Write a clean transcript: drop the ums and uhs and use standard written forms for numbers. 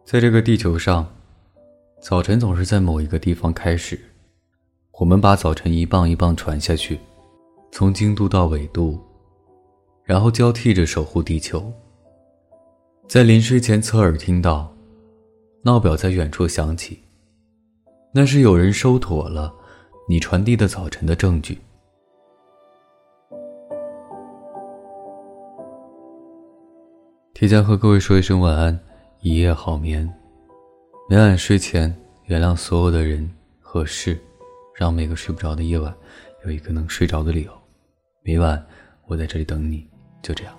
在这个地球上，早晨总是在某一个地方开始，我们把早晨一棒一棒传下去，从经度到纬度，然后交替着守护地球。在临睡前侧耳听到闹表在远处响起，那是有人收妥了你传递的早晨的证据。提前和各位说一声晚安，一夜好眠。每晚睡前原谅所有的人和事，让每个睡不着的夜晚有一个能睡着的理由。每晚我在这里等你，就这样。